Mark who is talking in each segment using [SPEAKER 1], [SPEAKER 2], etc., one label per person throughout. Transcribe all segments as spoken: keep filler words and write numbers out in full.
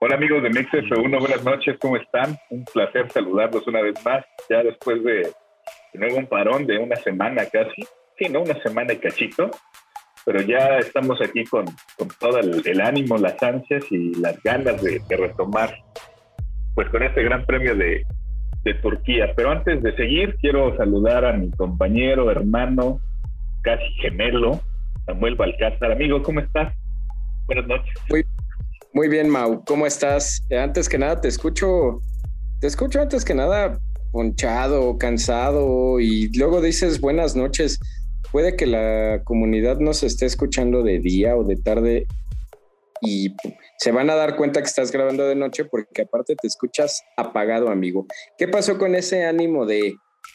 [SPEAKER 1] Hola amigos de Mix F uno, buenas noches, ¿cómo están? Un placer saludarlos una vez más, ya después de, de nuevo un parón de una semana casi, sí, no, una semana y cachito, pero ya estamos aquí con, con todo el, el ánimo, las ansias y las ganas de, de retomar, pues con este gran premio de, de Turquía. Pero antes de seguir, quiero saludar a mi compañero, hermano, casi gemelo, Samuel Balcázar. Amigo, ¿cómo estás? Buenas noches.
[SPEAKER 2] Muy, muy bien, Mau. ¿Cómo estás? Eh, antes que nada, te escucho, te escucho antes que nada ponchado, cansado, y luego dices buenas noches. Puede que la comunidad nos esté escuchando de día o de tarde y se van a dar cuenta que estás grabando de noche porque aparte te escuchas apagado, amigo. ¿Qué pasó con ese ánimo de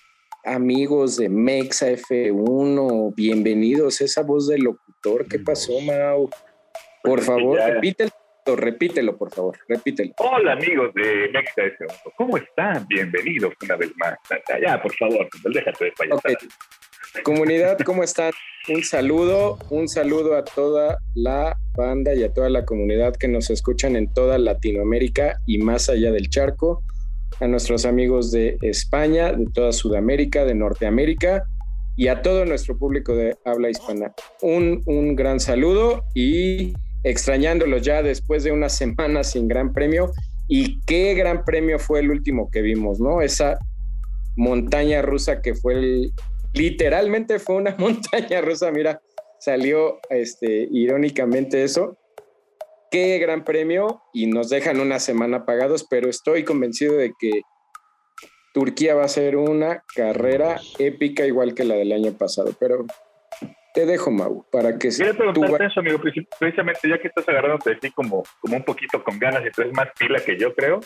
[SPEAKER 2] amigos de Mexa F uno? Bienvenidos, esa voz del locutor. ¿Qué pasó, Mau? Por favor, ya... repítelo, repítelo, por favor, repítelo.
[SPEAKER 1] Hola, amigos de Mexa F uno. ¿Cómo están? Bienvenidos una vez más. Ya, por favor, déjate de payasadas. Okay.
[SPEAKER 2] Comunidad, ¿cómo están? Un saludo, un saludo a toda la banda y a toda la comunidad que nos escuchan en toda Latinoamérica y más allá del charco, a nuestros amigos de España, de toda Sudamérica, de Norteamérica y a todo nuestro público de habla hispana. Un, un gran saludo y extrañándolos ya después de una semana sin gran premio. Y qué gran premio fue el último que vimos, ¿no? Esa montaña rusa que fue el... Literalmente fue una montaña rusa, mira, salió este, irónicamente eso. Qué gran premio, y nos dejan una semana pagados, pero estoy convencido de que Turquía va a ser una carrera épica igual que la del año pasado, pero te dejo, Mau, para que...
[SPEAKER 1] Quiero preguntarte tú... eso, amigo, precisamente ya que estás agarrándote de ti como, como un poquito con ganas y tú eres más pila que yo, creo.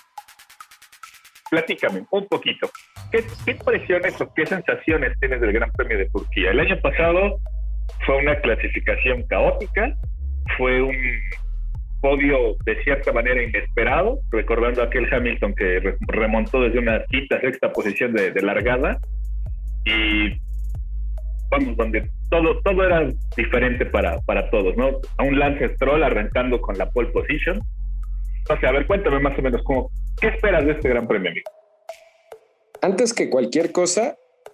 [SPEAKER 1] Platícame un poquito. ¿Qué, ¿Qué impresiones o qué sensaciones tienes del Gran Premio de Turquía? El año pasado fue una clasificación caótica, fue un podio de cierta manera inesperado, recordando a aquel Hamilton que re- remontó desde una quinta, sexta posición de, de largada, y vamos, donde todo, todo era diferente para, para todos, ¿no? A un Lance Stroll arrancando con la pole position. O sea, a ver, cuéntame más o menos cómo, ¿qué esperas de este Gran Premio, amigo?
[SPEAKER 2] Antes que cualquier cosa,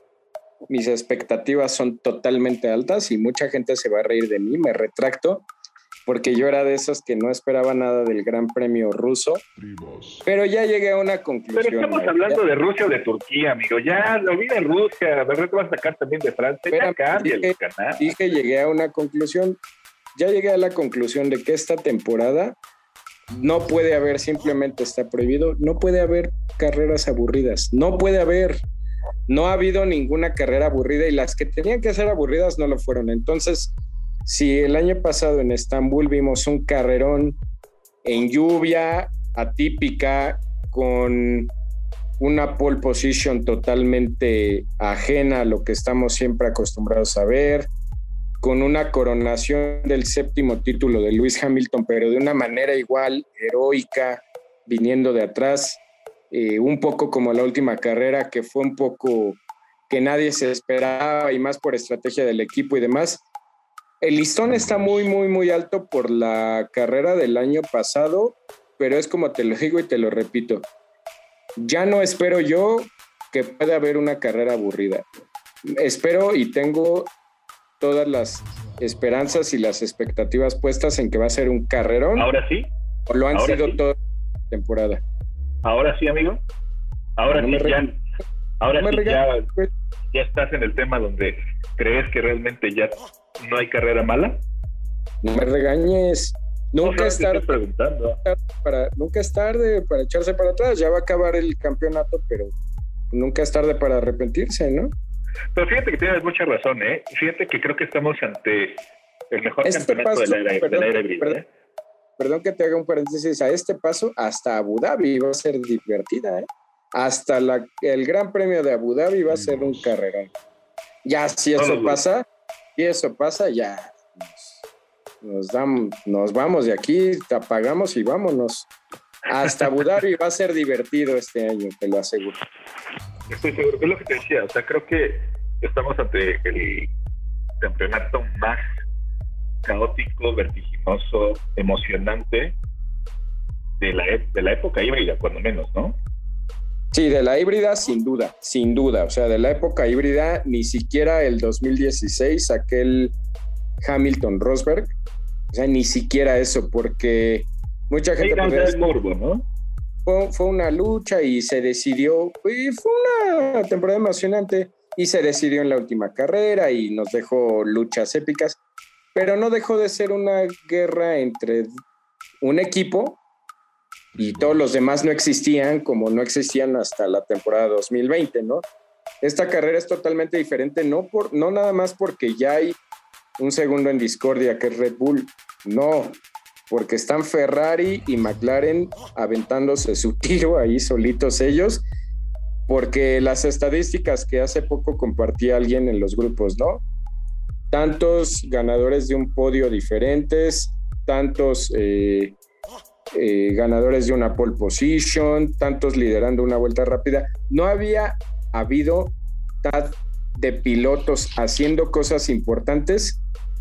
[SPEAKER 2] mis expectativas son totalmente altas y mucha gente se va a reír de mí, me retracto, porque yo era de esos que no esperaba nada del Gran Premio ruso, pero ya llegué a una conclusión.
[SPEAKER 1] Pero estamos ¿no? hablando ya... de Rusia o de Turquía, amigo, ya lo vi de Rusia, de verdad te vas a sacar también de Francia, Espera, ya cambia dije, el canal.
[SPEAKER 2] Dije, llegué a una conclusión, ya llegué a la conclusión de que esta temporada no puede haber, simplemente está prohibido, no puede haber carreras aburridas, no puede haber, no ha habido ninguna carrera aburrida y las que tenían que ser aburridas no lo fueron. Entonces, si el año pasado en Estambul vimos un carrerón en lluvia atípica con una pole position totalmente ajena a lo que estamos siempre acostumbrados a ver, con una coronación del séptimo título de Lewis Hamilton, pero de una manera igual heroica, viniendo de atrás, eh, un poco como la última carrera, que fue un poco que nadie se esperaba y más por estrategia del equipo y demás. El listón está muy, muy, muy alto por la carrera del año pasado, pero es como te lo digo y te lo repito, ya no espero yo que pueda haber una carrera aburrida. Espero y tengo todas las esperanzas y las expectativas puestas en que va a ser un carrerón.
[SPEAKER 1] ¿Ahora sí?
[SPEAKER 2] O lo han
[SPEAKER 1] ¿Ahora
[SPEAKER 2] sido
[SPEAKER 1] sí?
[SPEAKER 2] toda la temporada.
[SPEAKER 1] ¿Ahora sí, amigo? Ahora no sí, ya, ahora no sí ya, ya estás en el tema donde crees que realmente ya no hay carrera mala.
[SPEAKER 2] No me regañes. Nunca
[SPEAKER 1] no,
[SPEAKER 2] es tarde
[SPEAKER 1] preguntando.
[SPEAKER 2] Para, nunca es tarde para echarse para atrás. Ya va a acabar el campeonato, pero nunca es tarde para arrepentirse, ¿no?
[SPEAKER 1] Pero fíjate que tienes mucha razón, ¿eh? Fíjate que creo que estamos ante el mejor este campeonato paso, del aire, del aire gris,
[SPEAKER 2] perdón,
[SPEAKER 1] ¿eh?
[SPEAKER 2] Perdón que te haga un paréntesis. A este paso, hasta Abu Dhabi va a ser divertida, ¿eh? Hasta la, el Gran Premio de Abu Dhabi va a ser un carrerón. Ya, si eso no, pasa, si eso pasa, ya nos, nos, damos, nos vamos de aquí, te apagamos y vámonos. Hasta Abu Dhabi va a ser divertido este año, te lo aseguro.
[SPEAKER 1] Estoy seguro, es lo que te decía, o sea, creo que estamos ante el campeonato más caótico, vertiginoso, emocionante de la, de la época híbrida, cuando menos, ¿no?
[SPEAKER 2] Sí, de la híbrida sin duda, sin duda. O sea, de la época híbrida, ni siquiera el dos mil dieciséis, aquel Hamilton-Rosberg, o sea, ni siquiera eso, porque mucha gente...
[SPEAKER 1] Era el morbo, ¿no?
[SPEAKER 2] Fue, fue una lucha y se decidió, y fue una temporada emocionante, y se decidió en la última carrera y nos dejó luchas épicas, pero no dejó de ser una guerra entre un equipo y todos los demás no existían como no existían hasta la temporada dos mil veinte, ¿no? Esta carrera es totalmente diferente, no, por, no nada más porque ya hay un segundo en discordia que es Red Bull, no, porque están Ferrari y McLaren aventándose su tiro ahí solitos ellos, porque las estadísticas que hace poco compartía alguien en los grupos, ¿no? Tantos ganadores de un podio diferentes, tantos... Eh, Eh, ganadores de una pole position, tantos liderando una vuelta rápida. No había habido tad de pilotos haciendo cosas importantes.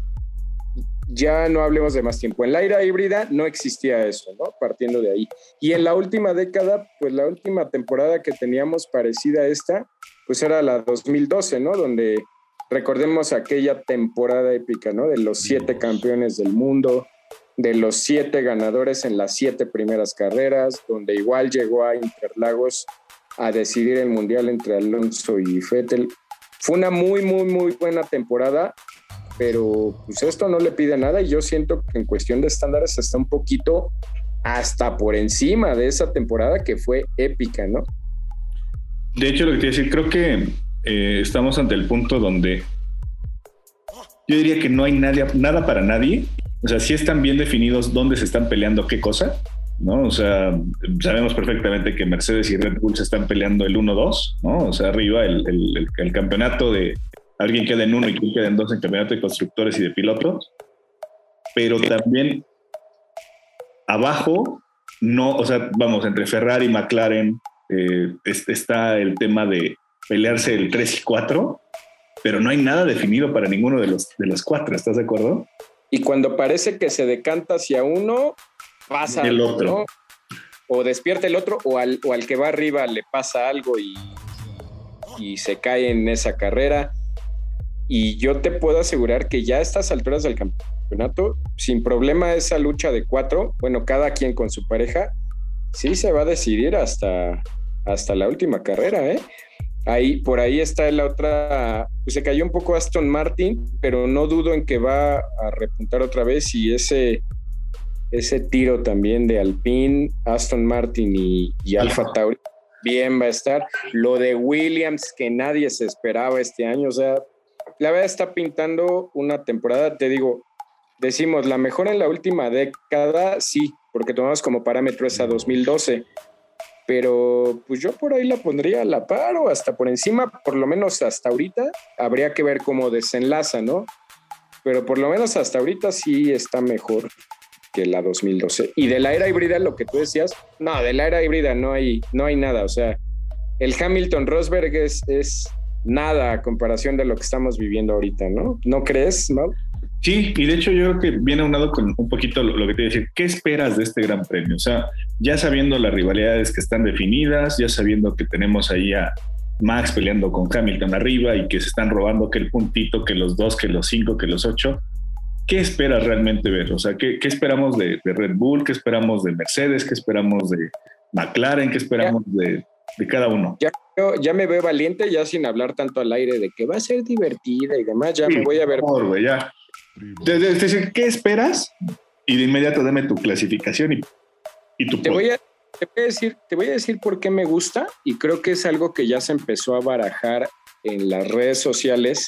[SPEAKER 2] Ya no hablemos de más tiempo. En la era híbrida no existía eso, ¿no? Partiendo de ahí. Y en la última década, pues la última temporada que teníamos parecida a esta, pues era la dos mil doce, ¿no? Donde recordemos aquella temporada épica, ¿no? De los siete campeones del mundo, de los siete ganadores en las siete primeras carreras, donde igual llegó a Interlagos a decidir el mundial entre Alonso y Vettel. Fue una muy, muy, muy buena temporada, pero pues esto no le pide nada y yo siento que en cuestión de estándares está un poquito hasta por encima de esa temporada que fue épica, ¿no?
[SPEAKER 3] De hecho, lo que te iba a decir, creo que eh, estamos ante el punto donde yo diría que no hay nadie, nada para nadie. O sea, sí están bien definidos dónde se están peleando qué cosa, ¿no? O sea, sabemos perfectamente que Mercedes y Red Bull se están peleando el uno dos, ¿no? O sea, arriba el, el, el, el campeonato de alguien queda en uno y quien queda en dos en campeonato de constructores y de pilotos. Pero también abajo, no, o sea, vamos, entre Ferrari y McLaren eh, es, está el tema de pelearse el tres y cuatro, pero no hay nada definido para ninguno de los, de los cuatro, ¿estás de acuerdo?
[SPEAKER 2] Y cuando parece que se decanta hacia uno, pasa
[SPEAKER 3] el
[SPEAKER 2] algo,
[SPEAKER 3] otro,
[SPEAKER 2] ¿no? O despierta el otro, o al, o al que va arriba le pasa algo y, y se cae en esa carrera. Y yo te puedo asegurar que ya a estas alturas del campeonato, sin problema esa lucha de cuatro, bueno, cada quien con su pareja, sí se va a decidir hasta, hasta la última carrera, ¿eh? Ahí, por ahí está la otra, pues se cayó un poco Aston Martin, pero no dudo en que va a repuntar otra vez y ese, ese tiro también de Alpine, Aston Martin y, y Alfa Tauri, bien va a estar. Lo de Williams, que nadie se esperaba este año, o sea, la verdad está pintando una temporada, te digo, decimos la mejor en la última década, sí, porque tomamos como parámetro esa dos mil doce, pero pues yo por ahí la pondría a la par o hasta por encima, por lo menos hasta ahorita. Habría que ver cómo desenlaza, ¿no? Pero por lo menos hasta ahorita sí está mejor que la dos mil doce. Y de la era híbrida, lo que tú decías, no, de la era híbrida no hay, no hay nada. O sea, el Hamilton-Rosberg es, es nada a comparación de lo que estamos viviendo ahorita, ¿no? ¿No crees, Mau?
[SPEAKER 3] Sí, y de hecho yo creo que viene aunado con un poquito lo, lo que te iba a decir. ¿Qué esperas de este gran premio? O sea, ya sabiendo las rivalidades que están definidas, ya sabiendo que tenemos ahí a Max peleando con Hamilton arriba y que se están robando que el puntito, que los dos, que los cinco, que los ocho, ¿qué esperas realmente ver? O sea, ¿qué, qué esperamos de, de Red Bull? ¿Qué esperamos de Mercedes? ¿Qué esperamos de McLaren? ¿Qué esperamos de, de cada uno?
[SPEAKER 2] Ya, yo, ya me veo valiente, ya sin hablar tanto al aire de que va a ser divertida y demás, ya sí, me voy a ver.
[SPEAKER 3] Por favor, güey, ya. Es decir, ¿qué esperas? Y de inmediato dame tu clasificación y, y tu
[SPEAKER 2] te voy, a, te, voy a decir, te voy a decir por qué me gusta, y creo que es algo que ya se empezó a barajar en las redes sociales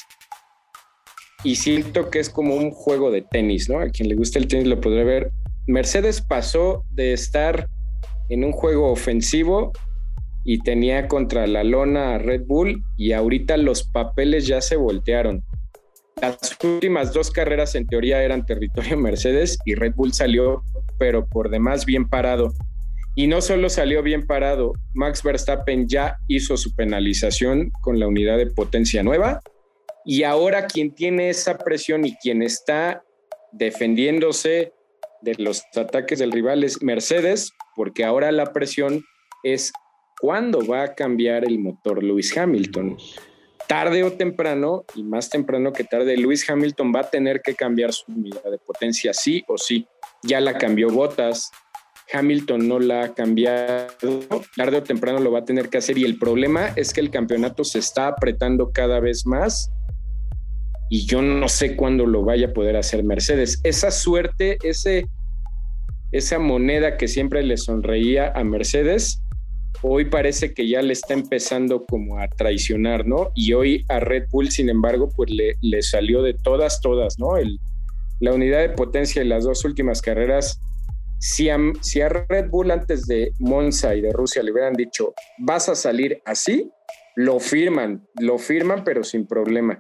[SPEAKER 2] y siento que es como un juego de tenis, ¿no? A quien le gusta el tenis lo podrá ver. Mercedes pasó de estar en un juego ofensivo y tenía contra la lona a Red Bull, y ahorita los papeles ya se voltearon. Las últimas dos carreras en teoría eran territorio Mercedes y Red Bull salió, pero por demás bien parado. Y no solo salió bien parado, Max Verstappen ya hizo su penalización con la unidad de potencia nueva, y ahora quien tiene esa presión y quien está defendiéndose de los ataques del rival es Mercedes, porque ahora la presión es cuándo va a cambiar el motor Lewis Hamilton. Tarde o temprano, y más temprano que tarde, Lewis Hamilton va a tener que cambiar su unidad de potencia, sí o sí. Ya la cambió Bottas, Hamilton no la ha cambiado, tarde o temprano lo va a tener que hacer, y el problema es que el campeonato se está apretando cada vez más y yo no sé cuándo lo vaya a poder hacer Mercedes. Esa suerte, ese, esa moneda que siempre le sonreía a Mercedes, hoy parece que ya le está empezando como a traicionar, ¿no? Y hoy a Red Bull, sin embargo, pues le, le salió de todas, todas, ¿no? El, la unidad de potencia en las dos últimas carreras, si a, si a Red Bull antes de Monza y de Rusia le hubieran dicho, vas a salir así, lo firman, lo firman, pero sin problema.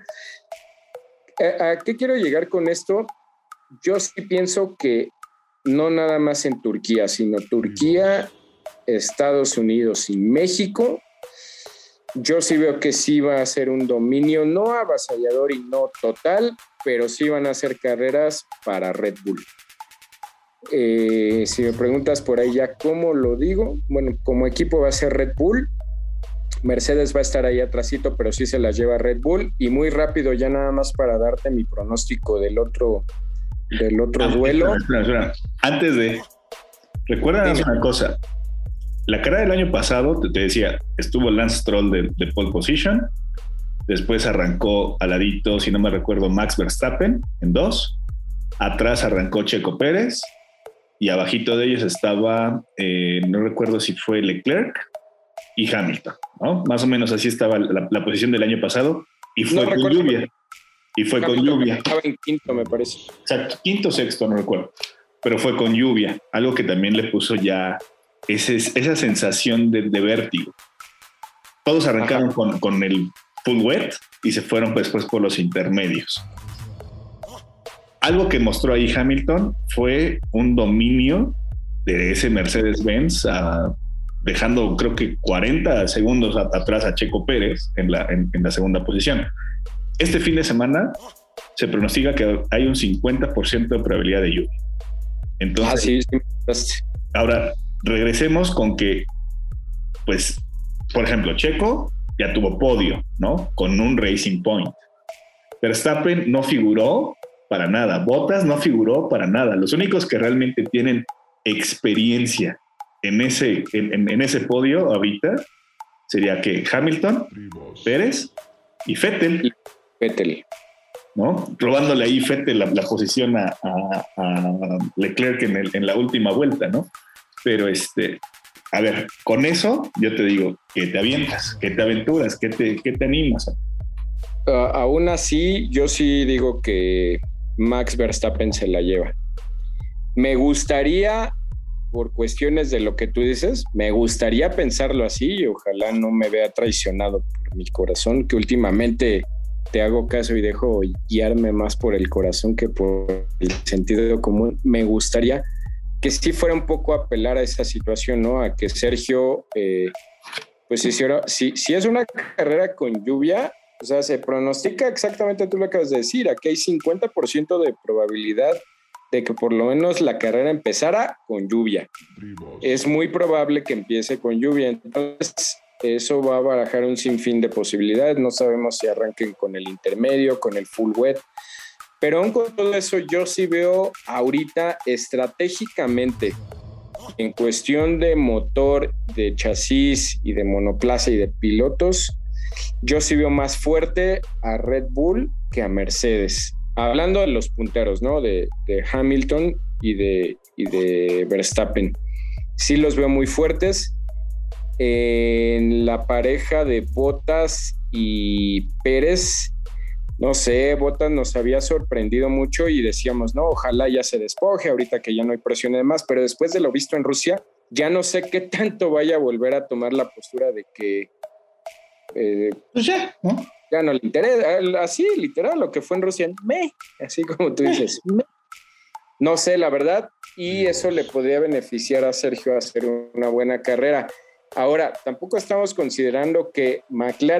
[SPEAKER 2] ¿A, a qué quiero llegar con esto? Yo sí pienso que no nada más en Turquía, sino Turquía, Estados Unidos y México, yo sí veo que sí va a ser un dominio, no avasallador y no total, pero sí van a ser carreras para Red Bull. Eh, si me preguntas por ahí ya cómo lo digo, bueno, como equipo va a ser Red Bull, Mercedes va a estar ahí atrásito, pero sí se las lleva Red Bull. Y muy rápido, ya nada más para darte mi pronóstico del otro, del otro ah, duelo.
[SPEAKER 3] Espera, espera. Antes de, recuerda una cosa. La carrera del año pasado, te, te decía, estuvo Lance Stroll de, de pole position, después arrancó al ladito, si no me recuerdo, Max Verstappen en dos, atrás arrancó Checo Pérez y abajito de ellos estaba, eh, no recuerdo si fue Leclerc y Hamilton, ¿no? Más o menos así estaba la, la posición del año pasado y fue no con recuerdo. lluvia. Y fue Hamilton con lluvia.
[SPEAKER 2] Estaba en quinto, me parece.
[SPEAKER 3] Exacto, quinto, sexto, no recuerdo, pero fue con lluvia, algo que también le puso ya Ese, esa sensación de, de vértigo. Todos arrancaron con, con el full wet y se fueron después por los intermedios. Algo que mostró ahí Hamilton fue un dominio de ese Mercedes-Benz, a, dejando creo que cuarenta segundos a, atrás a Checo Pérez en la, en, en la segunda posición. Este fin de semana se pronostica que hay un cincuenta por ciento de probabilidad de lluvia. Entonces, ah, sí, sí. Ahora regresemos con que, pues, por ejemplo, Checo ya tuvo podio, ¿no? Con un Racing Point. Verstappen no figuró para nada. Bottas no figuró para nada. Los únicos que realmente tienen experiencia en ese, en, en, en ese podio ahorita sería que Hamilton, Pérez y Vettel.
[SPEAKER 2] Vettel.
[SPEAKER 3] ¿No? Robándole ahí Vettel la, la posición a, a, a Leclerc en, el, en la última vuelta, ¿no? Pero este, a ver, con eso yo te digo que te avientas, que te aventuras, que te, que te animas.
[SPEAKER 2] Uh, aún así, yo sí digo que Max Verstappen se la lleva. Me gustaría, por cuestiones de lo que tú dices, me gustaría pensarlo así y ojalá no me vea traicionado por mi corazón, que últimamente te hago caso y dejo guiarme más por el corazón que por el sentido común. Me gustaría que sí fuera un poco apelar a esa situación, ¿no? A que Sergio, eh, pues hiciera, si, si es una carrera con lluvia, o sea, se pronostica exactamente, tú lo acabas de decir, aquí hay cincuenta por ciento de probabilidad de que por lo menos la carrera empezara con lluvia. Es muy probable que empiece con lluvia, entonces eso va a barajar un sinfín de posibilidades. No sabemos si arranquen con el intermedio, con el full wet. Pero aún con todo eso, yo sí veo ahorita estratégicamente, en cuestión de motor, de chasis y de monoplaza y de pilotos, yo sí veo más fuerte a Red Bull que a Mercedes. Hablando de los punteros, ¿no? De, de Hamilton y de, y de Verstappen. Sí los veo muy fuertes. En la pareja de Bottas y Pérez, no sé, Bottas nos había sorprendido mucho y decíamos, no, ojalá ya se despoje ahorita que ya no hay presión y demás, pero después de lo visto en Rusia, ya no sé qué tanto vaya a volver a tomar la postura de que eh, pues ya, ¿no? Ya no le interesa, así literal, lo que fue en Rusia, me, así como tú dices, me. No sé, la verdad, y eso le podría beneficiar a Sergio a hacer una buena carrera. Ahora, tampoco estamos considerando que McLaren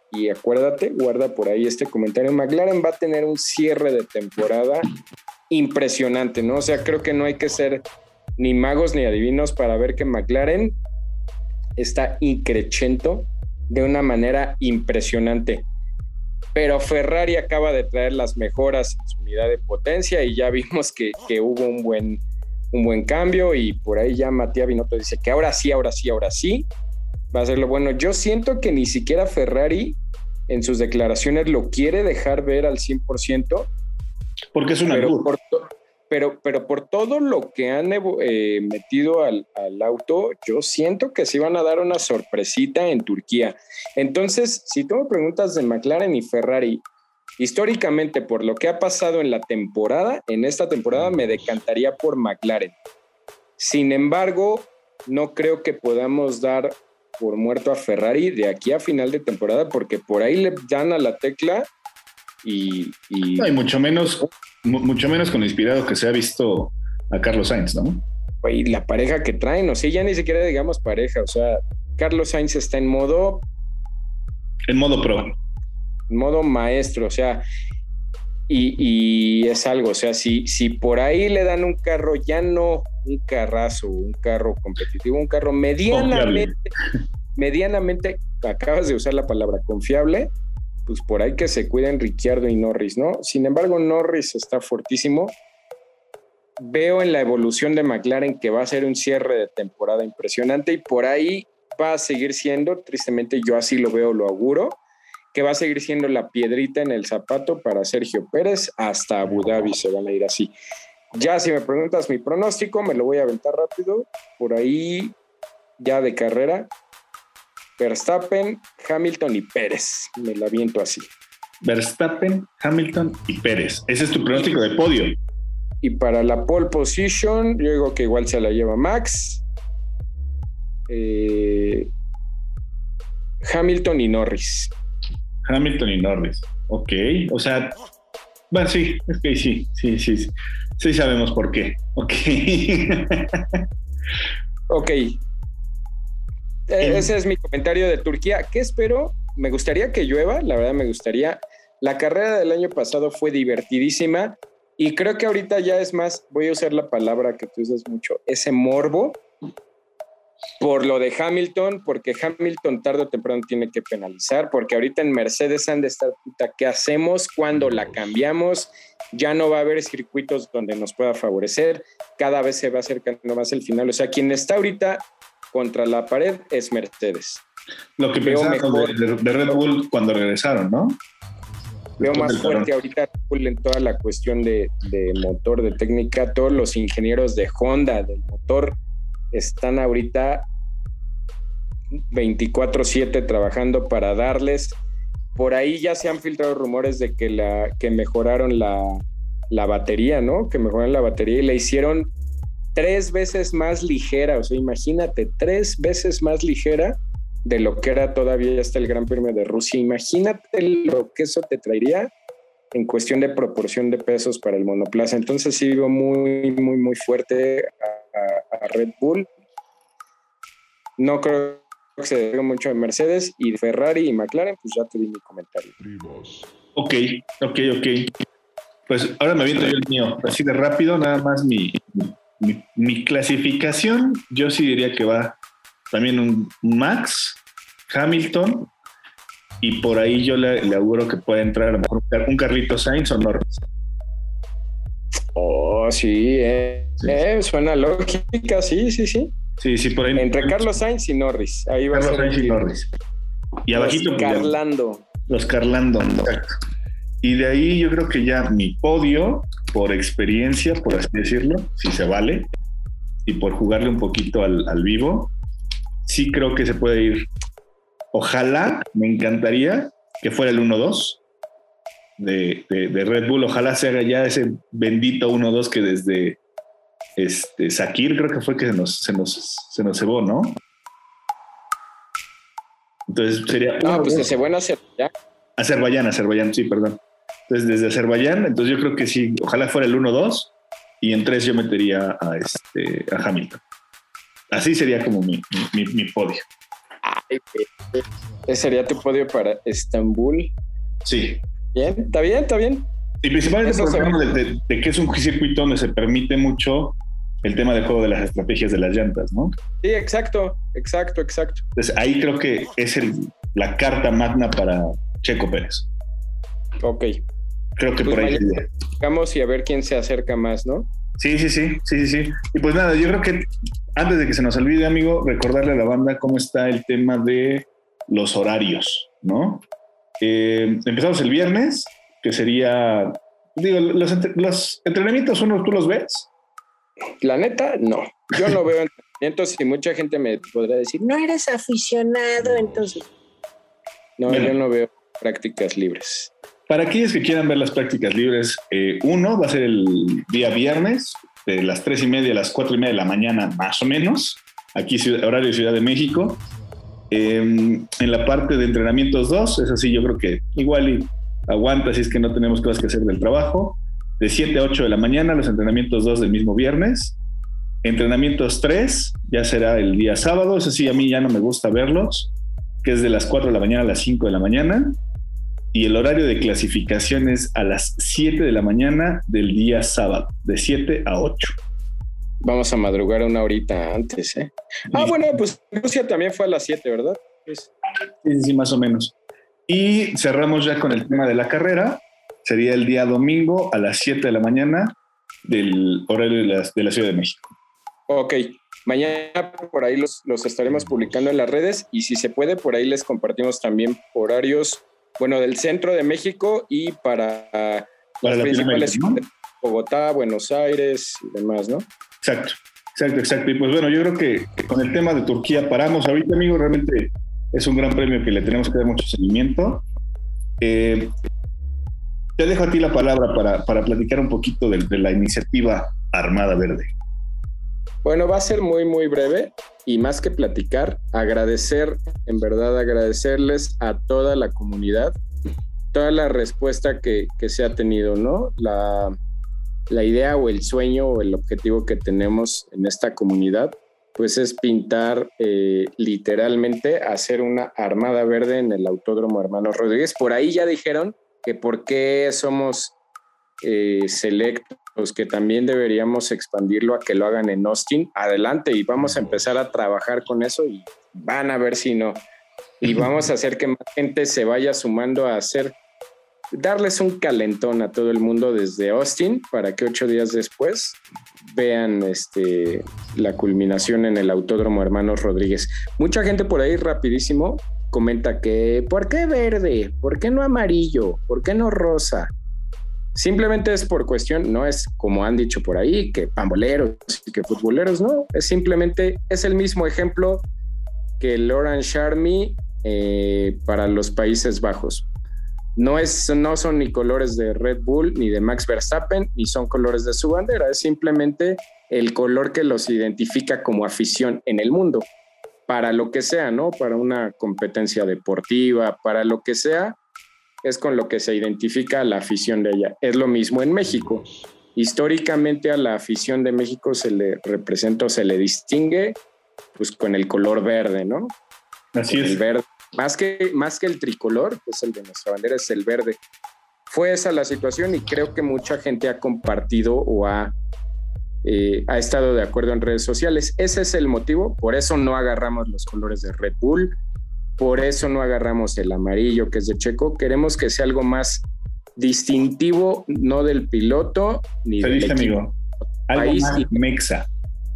[SPEAKER 2] y acuérdate, guarda por ahí este comentario, McLaren va a tener un cierre de temporada impresionante, ¿no? O sea, creo que no hay que ser ni magos ni adivinos para ver que McLaren está increchento de una manera impresionante. Pero Ferrari acaba de traer las mejoras en su unidad de potencia y ya vimos que, que hubo un buen, un buen cambio, y por ahí ya Matías Binotto dice que ahora sí, ahora sí, ahora sí va a ser lo bueno. Yo siento que ni siquiera Ferrari en sus declaraciones lo quiere dejar ver al cien por ciento.
[SPEAKER 3] Porque es una
[SPEAKER 2] pero por, to- pero, pero por todo lo que han eh, metido al, al auto, yo siento que sí van a dar una sorpresita en Turquía. Entonces, si tú me preguntas de McLaren y Ferrari, históricamente por lo que ha pasado en la temporada, en esta temporada me decantaría por McLaren. Sin embargo, no creo que podamos dar por muerto a Ferrari de aquí a final de temporada, porque por ahí le dan a la tecla y... y...
[SPEAKER 3] No, y mucho menos, mu- mucho menos con lo inspirado que se ha visto a Carlos Sainz, ¿no?
[SPEAKER 2] Y la pareja que traen, o sea, ya ni siquiera digamos pareja, o sea, Carlos Sainz está en modo...
[SPEAKER 3] En modo pro.
[SPEAKER 2] En modo maestro, o sea, y, y es algo, o sea, si, si por ahí le dan un carro, ya no un carrazo, un carro competitivo, un carro medianamente, confiable. medianamente, acabas de usar la palabra confiable, pues por ahí que se cuiden Ricciardo y Norris, ¿no? Sin embargo, Norris está fortísimo. Veo en la evolución de McLaren que va a ser un cierre de temporada impresionante, y por ahí va a seguir siendo, tristemente yo así lo veo, lo auguro, que va a seguir siendo la piedrita en el zapato para Sergio Pérez hasta Abu Dhabi, se van a ir así. Ya si me preguntas mi pronóstico, me lo voy a aventar rápido, por ahí ya de carrera, Verstappen, Hamilton y Pérez, me la aviento así.
[SPEAKER 3] Verstappen, Hamilton y Pérez. Ese es tu pronóstico de podio.
[SPEAKER 2] Y para la pole position, yo digo que igual se la lleva Max, eh, Hamilton y Norris.
[SPEAKER 3] Hamilton y Norris. Ok, o sea, bueno, sí, es que sí, sí, sí, sí, sí sabemos por qué. Ok.
[SPEAKER 2] Ok. Ese es mi comentario de Turquía. ¿Qué espero? Me gustaría que llueva, la verdad me gustaría. La carrera del año pasado fue divertidísima y creo que ahorita ya es más, voy a usar la palabra que tú usas mucho, ese morbo por lo de Hamilton, porque Hamilton tarde o temprano tiene que penalizar, porque ahorita en Mercedes han de estar, puta, ¿qué hacemos? ¿Cuándo la cambiamos? Ya no va a haber circuitos donde nos pueda favorecer, cada vez se va acercando más el final, o sea, quien está ahorita contra la pared es Mercedes.
[SPEAKER 3] Lo que pensábamos de, de Red Bull cuando regresaron, ¿no?
[SPEAKER 2] Veo más fuerte ahorita Red Bull en toda la cuestión de, de motor, de técnica. Todos los ingenieros de Honda, del motor, están ahorita veinticuatro siete trabajando para darles. Por ahí ya se han filtrado rumores de que, la, que mejoraron la, la batería, ¿no? Que mejoraron la batería y la hicieron tres veces más ligera. O sea, imagínate, tres veces más ligera de lo que era todavía hasta el Gran Premio de Rusia. Imagínate lo que eso te traería en cuestión de proporción de pesos para el monoplaza. Entonces sí veo muy, muy, muy fuerte a, a, a Red Bull. No creo que se debe mucho a Mercedes, y Ferrari y McLaren, pues ya te di mi comentario.
[SPEAKER 3] Ok, ok, ok. Pues ahora me aviento yo el mío, así de rápido, nada más mi, mi, mi clasificación, yo sí diría que va también un Max, Hamilton, y por ahí yo le, le auguro que puede entrar a lo mejor un Carlitos Sainz o Norris.
[SPEAKER 2] Oh, sí, eh, sí. Eh, suena lógica, sí, sí, sí.
[SPEAKER 3] Sí, sí, por ahí.
[SPEAKER 2] Entre Carlos Sainz y Norris, ahí va
[SPEAKER 3] Carlos
[SPEAKER 2] a ser
[SPEAKER 3] Sainz y Norris. Y
[SPEAKER 2] los
[SPEAKER 3] abajito.
[SPEAKER 2] Carlando.
[SPEAKER 3] Los Carlando, exacto. Y de ahí yo creo que ya mi podio, por experiencia, por así decirlo, si se vale, y por jugarle un poquito al, al vivo, sí creo que se puede ir. Ojalá, me encantaría que fuera el uno dos de, de, de Red Bull. Ojalá se haga ya ese bendito uno dos que desde este, Sakir creo que fue que se nos, se nos, se nos cebó, ¿no? Entonces sería...
[SPEAKER 2] No, pues se cebó en Azerbaiyán.
[SPEAKER 3] Azerbaiyán, Azerbaiyán, sí, perdón. Entonces desde Azerbaiyán, entonces yo creo que sí, ojalá fuera el uno dos y en tres yo metería a, este, a Hamilton. Así sería como mi, mi, mi podio.
[SPEAKER 2] Ay, Ese sería tu podio para Estambul.
[SPEAKER 3] Sí.
[SPEAKER 2] Bien, está bien, está bien.
[SPEAKER 3] Y principalmente por el tema de, de, de que es un circuito donde se permite mucho el tema del juego de las estrategias de las llantas, ¿no?
[SPEAKER 2] Sí, exacto, exacto, exacto.
[SPEAKER 3] Entonces ahí creo que es el, la carta magna para Checo Pérez.
[SPEAKER 2] Ok.
[SPEAKER 3] Creo que pues por ahí.
[SPEAKER 2] Vamos y a ver quién se acerca más, ¿no?
[SPEAKER 3] Sí, sí, sí, sí, sí, sí. Y pues nada, yo creo que antes de que se nos olvide, amigo, recordarle a la banda cómo está el tema de los horarios, ¿no? Eh, empezamos el viernes, que sería, digo, los, entre, los entrenamientos, uno, ¿tú los ves?
[SPEAKER 2] La neta, no. Yo no veo entrenamientos y mucha gente me podrá decir, no eres aficionado, entonces. No, bueno, yo no veo prácticas libres.
[SPEAKER 3] Para aquellos que quieran ver las prácticas libres, eh, uno va a ser el día viernes, de las tres y media a las cuatro y media de la mañana, más o menos, aquí horario de Ciudad de México. Eh, en la parte de entrenamientos dos, es así, yo creo que igual y aguanta si es que no tenemos cosas que hacer del trabajo. De siete a ocho de la mañana, los entrenamientos dos del mismo viernes. Entrenamientos tres ya será el día sábado, eso sí, a mí ya no me gusta verlos, que es de las cuatro de la mañana a las cinco de la mañana. Y el horario de clasificación es a las siete de la mañana del día sábado, de siete a ocho.
[SPEAKER 2] Vamos a madrugar una horita antes, ¿eh? Ah, sí. Bueno, pues Rusia también fue a las siete, ¿verdad? Pues...
[SPEAKER 3] Sí, sí, más o menos. Y cerramos ya con el tema de la carrera. Sería el día domingo a las siete de la mañana del horario de la, de la Ciudad de México.
[SPEAKER 2] Ok. Mañana por ahí los, los estaremos publicando en las redes y si se puede, por ahí les compartimos también horarios, bueno, del centro de México y para, para las principales ciudades, ¿no? Bogotá, Buenos Aires y demás, ¿no?
[SPEAKER 3] Exacto, exacto, exacto. Y pues bueno, yo creo que con el tema de Turquía paramos ahorita, amigo. Realmente es un gran premio que le tenemos que dar mucho seguimiento. Eh, te dejo a ti la palabra para, para platicar un poquito de, de la iniciativa Armada Verde.
[SPEAKER 2] Bueno, va a ser muy, muy breve y más que platicar, agradecer, en verdad agradecerles a toda la comunidad, toda la respuesta que, que se ha tenido, ¿no? La, la idea o el sueño o el objetivo que tenemos en esta comunidad, pues es pintar eh, literalmente, hacer una Armada Verde en el Autódromo Hermanos Rodríguez. Por ahí ya dijeron que por qué somos eh, selectos, que también deberíamos expandirlo a que lo hagan en Austin. Adelante, y vamos a empezar a trabajar con eso y van a ver si no. Y vamos a hacer que más gente se vaya sumando a hacer, darles un calentón a todo el mundo desde Austin para que ocho días después vean este, la culminación en el Autódromo Hermanos Rodríguez. Mucha gente por ahí rapidísimo comenta que ¿por qué verde? ¿Por qué no amarillo? ¿Por qué no rosa? Simplemente es por cuestión, no es como han dicho por ahí, que pamboleros y que futboleros, no, es simplemente, es el mismo ejemplo que el Orange Army eh, para los Países Bajos. No, es, no son ni colores de Red Bull ni de Max Verstappen, ni son colores de su bandera, es simplemente el color que los identifica como afición en el mundo, para lo que sea, ¿no? Para una competencia deportiva, para lo que sea, es con lo que se identifica la afición de ella. Es lo mismo en México. Históricamente a la afición de México se le representa o se le distingue pues con el color verde, ¿no?
[SPEAKER 3] Así
[SPEAKER 2] con
[SPEAKER 3] es.
[SPEAKER 2] El verde. Más que, más que el tricolor, que es el de nuestra bandera, es el verde. Fue esa la situación y creo que mucha gente ha compartido o ha, eh, ha estado de acuerdo en redes sociales. Ese es el motivo, por eso no agarramos los colores de Red Bull, por eso no agarramos el amarillo que es de Checo. Queremos que sea algo más distintivo, no del piloto ni
[SPEAKER 3] Se
[SPEAKER 2] del
[SPEAKER 3] dice,
[SPEAKER 2] equipo.
[SPEAKER 3] amigo, algo
[SPEAKER 2] País
[SPEAKER 3] más
[SPEAKER 2] y,
[SPEAKER 3] mexa.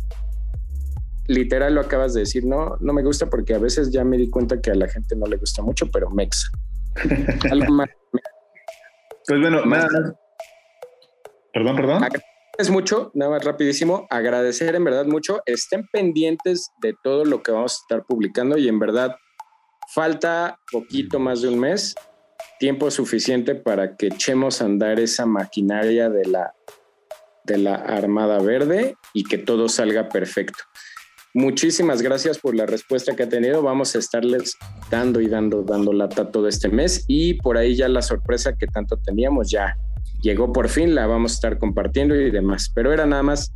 [SPEAKER 2] Literal lo acabas de decir, no, no me gusta porque a veces ya me di cuenta que a la gente no le gusta mucho, pero mexa. Algo más.
[SPEAKER 3] Pues bueno, más, nada más. Perdón, perdón.
[SPEAKER 2] Es mucho, nada más rapidísimo, agradecer en verdad mucho. Estén pendientes de todo lo que vamos a estar publicando y en verdad falta poquito más de un mes, tiempo suficiente para que echemos a andar esa maquinaria de la, de la Armada Verde y que todo salga perfecto. Muchísimas gracias por la respuesta que ha tenido. Vamos a estarles dando y dando, dando lata todo este mes y por ahí ya la sorpresa que tanto teníamos ya llegó por fin, la vamos a estar compartiendo y demás. Pero era nada más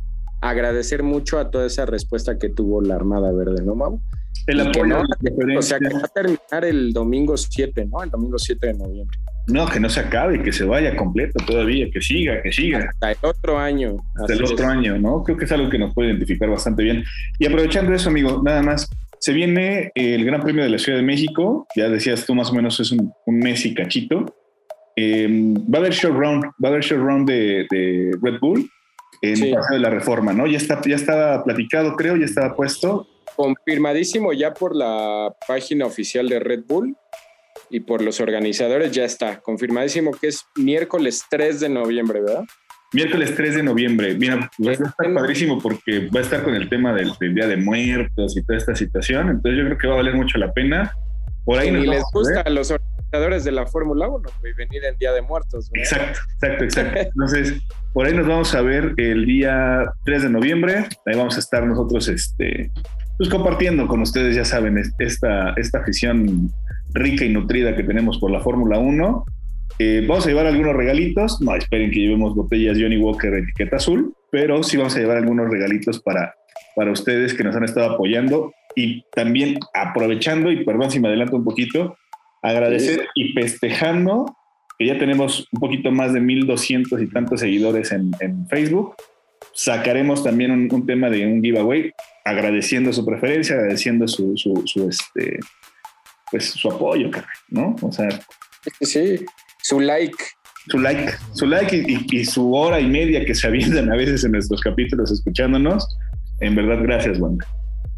[SPEAKER 2] agradecer mucho a toda esa respuesta que tuvo la Armada Verde, ¿no, Mau?
[SPEAKER 3] El apoyo,
[SPEAKER 2] no, o sea, que va a terminar el domingo siete, ¿no? El domingo siete de noviembre.
[SPEAKER 3] No, que no se acabe, que se vaya completo todavía, que siga, que siga.
[SPEAKER 2] Hasta el otro año.
[SPEAKER 3] Hasta el otro es. año, ¿no? Creo que es algo que nos puede identificar bastante bien. Y aprovechando eso, amigo, nada más, se viene el Gran Premio de la Ciudad de México, ya decías tú más o menos es un, un mes y cachito. Eh, va a haber showround, va a haber showround de, de Red Bull en sí. el Paseo de la Reforma, ¿no? Ya está, ya estaba platicado, creo, ya estaba puesto.
[SPEAKER 2] Confirmadísimo ya por la página oficial de Red Bull y por los organizadores, ya está confirmadísimo que es miércoles tres de noviembre, ¿verdad?
[SPEAKER 3] Miércoles tres de noviembre. Mira, va a estar padrísimo porque va a estar con el tema del, del Día de Muertos y toda esta situación, entonces yo creo que va a valer mucho la pena. Por ahí
[SPEAKER 2] y les gusta a los organizadores de la Fórmula uno venir en Día de Muertos, ¿verdad?
[SPEAKER 3] Exacto, exacto, exacto. Entonces, por ahí nos vamos a ver el día tres de noviembre, ahí vamos a estar nosotros este, pues compartiendo con ustedes, ya saben, esta, esta afición rica y nutrida que tenemos por la Fórmula uno. Eh, vamos a llevar algunos regalitos, no esperen que llevemos botellas Johnny Walker de etiqueta azul, pero sí vamos a llevar algunos regalitos para, para ustedes que nos han estado apoyando y también aprovechando, y perdón si me adelanto un poquito, agradecer sí. y festejando que ya tenemos un poquito más de mil doscientos y tantos seguidores en, en Facebook. Sacaremos también un, un tema de un giveaway, agradeciendo su preferencia, agradeciendo su, su, su este, pues su apoyo, ¿no? O sea,
[SPEAKER 2] sí, su like.
[SPEAKER 3] Su like, su like y, y, y su hora y media que se avientan a veces en nuestros capítulos escuchándonos. En verdad, gracias, Wanda.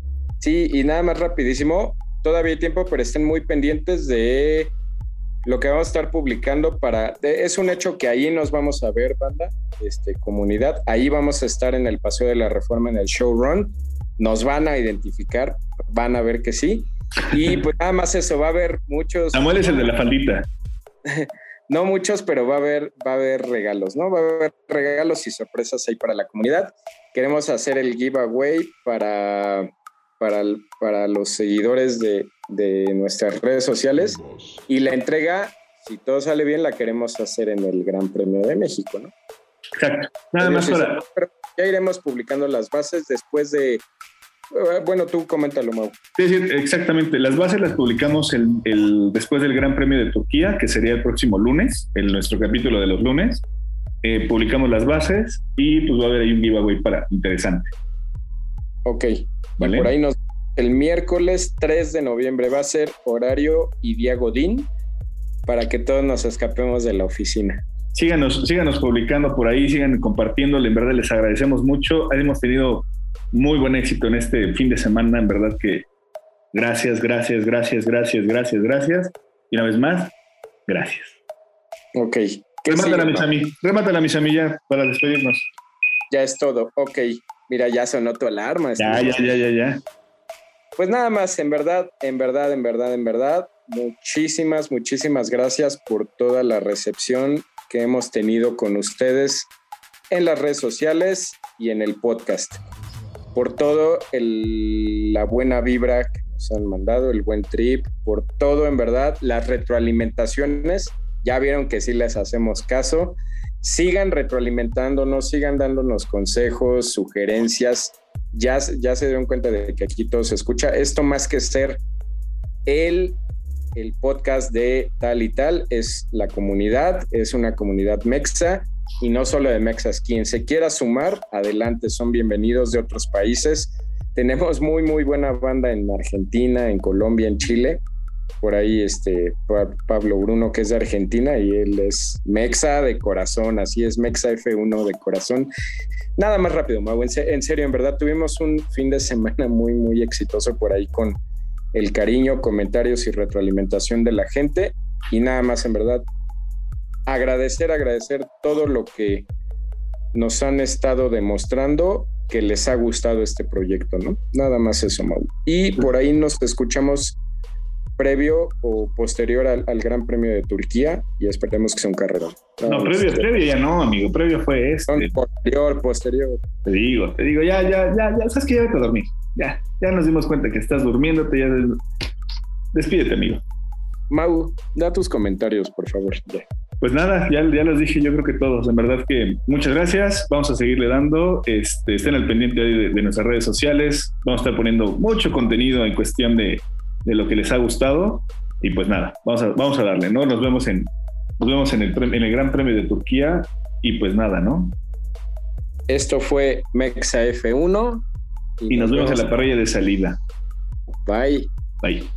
[SPEAKER 2] Sí, y nada más rapidísimo, todavía hay tiempo, pero estén muy pendientes de lo que vamos a estar publicando para... De, es un hecho que ahí nos vamos a ver, banda, este, comunidad. Ahí vamos a estar en el Paseo de la Reforma, en el showrun. Nos van a identificar, van a ver que sí. Y pues nada más eso, va a haber muchos...
[SPEAKER 3] Samuel es el de la faldita.
[SPEAKER 2] No muchos, pero va a haber, va a haber regalos, ¿no? Va a haber regalos y sorpresas ahí para la comunidad. Queremos hacer el giveaway para, para, para los seguidores de, de nuestras redes sociales. Y la entrega, si todo sale bien, la queremos hacer en el Gran Premio de México, ¿no?
[SPEAKER 3] Exacto. Nada más para...
[SPEAKER 2] Pero ya iremos publicando las bases después de... Bueno, tú coméntalo, Mau.
[SPEAKER 3] Sí, sí, exactamente. Las bases las publicamos el, el, después del Gran Premio de Turquía, que sería el próximo lunes, en nuestro capítulo de los lunes. Eh, publicamos las bases y pues va a haber ahí un giveaway para interesante.
[SPEAKER 2] Ok. ¿Vale? Y por ahí nos... El miércoles tres de noviembre va a ser horario y día Godín para que todos nos escapemos de la oficina.
[SPEAKER 3] Síganos, síganos publicando por ahí, sigan compartiéndole. En verdad les agradecemos mucho. Hemos tenido muy buen éxito en este fin de semana, en verdad que gracias, gracias, gracias, gracias, gracias, gracias. Y una vez más, gracias.
[SPEAKER 2] Ok.
[SPEAKER 3] Remátala, sí, Misami, no? remátala, Misami, ya, para despedirnos.
[SPEAKER 2] Ya es todo, ok. Mira, ya sonó tu alarma.
[SPEAKER 3] Ya, ya, ya, ya, ya.
[SPEAKER 2] Pues nada más, en verdad, en verdad, en verdad, en verdad, muchísimas, muchísimas gracias por toda la recepción que hemos tenido con ustedes en las redes sociales y en el podcast. Por todo el, la buena vibra que nos han mandado, el buen trip, por todo, en verdad, las retroalimentaciones, ya vieron que sí les hacemos caso. Sigan retroalimentándonos, sigan dándonos consejos, sugerencias. Ya, ya se dieron cuenta de que aquí todo se escucha. Esto más que ser el, el podcast de tal y tal, es la comunidad, es una comunidad mexa. Y no solo de mexas, quien se quiera sumar, adelante, son bienvenidos de otros países. Tenemos muy, muy buena banda en Argentina, en Colombia, en Chile. Por ahí este Pablo Bruno, que es de Argentina, y él es mexa de corazón, así es, mexa F uno de corazón. Nada más rápido, Mau, en serio, en verdad, tuvimos un fin de semana muy, muy exitoso por ahí con el cariño, comentarios y retroalimentación de la gente. Y nada más, en verdad, agradecer, agradecer todo lo que nos han estado demostrando que les ha gustado este proyecto, ¿no? Nada más eso, Mau. Y por ahí nos escuchamos previo o posterior al, al Gran Premio de Turquía y esperemos que sea un carrerón.
[SPEAKER 3] No, no previo, este, previo ya no, amigo, previo fue este.
[SPEAKER 2] Posterior, posterior.
[SPEAKER 3] Te digo, te digo, ya, ya, ya, ya, sabes que ya vete a dormir. Ya, ya nos dimos cuenta que estás durmiéndote, ya. Despídete, amigo.
[SPEAKER 2] Mau, da tus comentarios, por favor. Ya.
[SPEAKER 3] Pues nada, ya, ya los dije yo creo que todos. En verdad que muchas gracias. Vamos a seguirle dando. Este, estén al pendiente de, de nuestras redes sociales. Vamos a estar poniendo mucho contenido en cuestión de, de lo que les ha gustado. Y pues nada, vamos a, vamos a darle, ¿no? Nos vemos en, nos vemos en el, en el Gran Premio de Turquía. Y pues nada, ¿no?
[SPEAKER 2] Esto fue Mexa F uno.
[SPEAKER 3] Y, y nos, nos vemos en la parrilla de salida.
[SPEAKER 2] Bye.
[SPEAKER 3] Bye.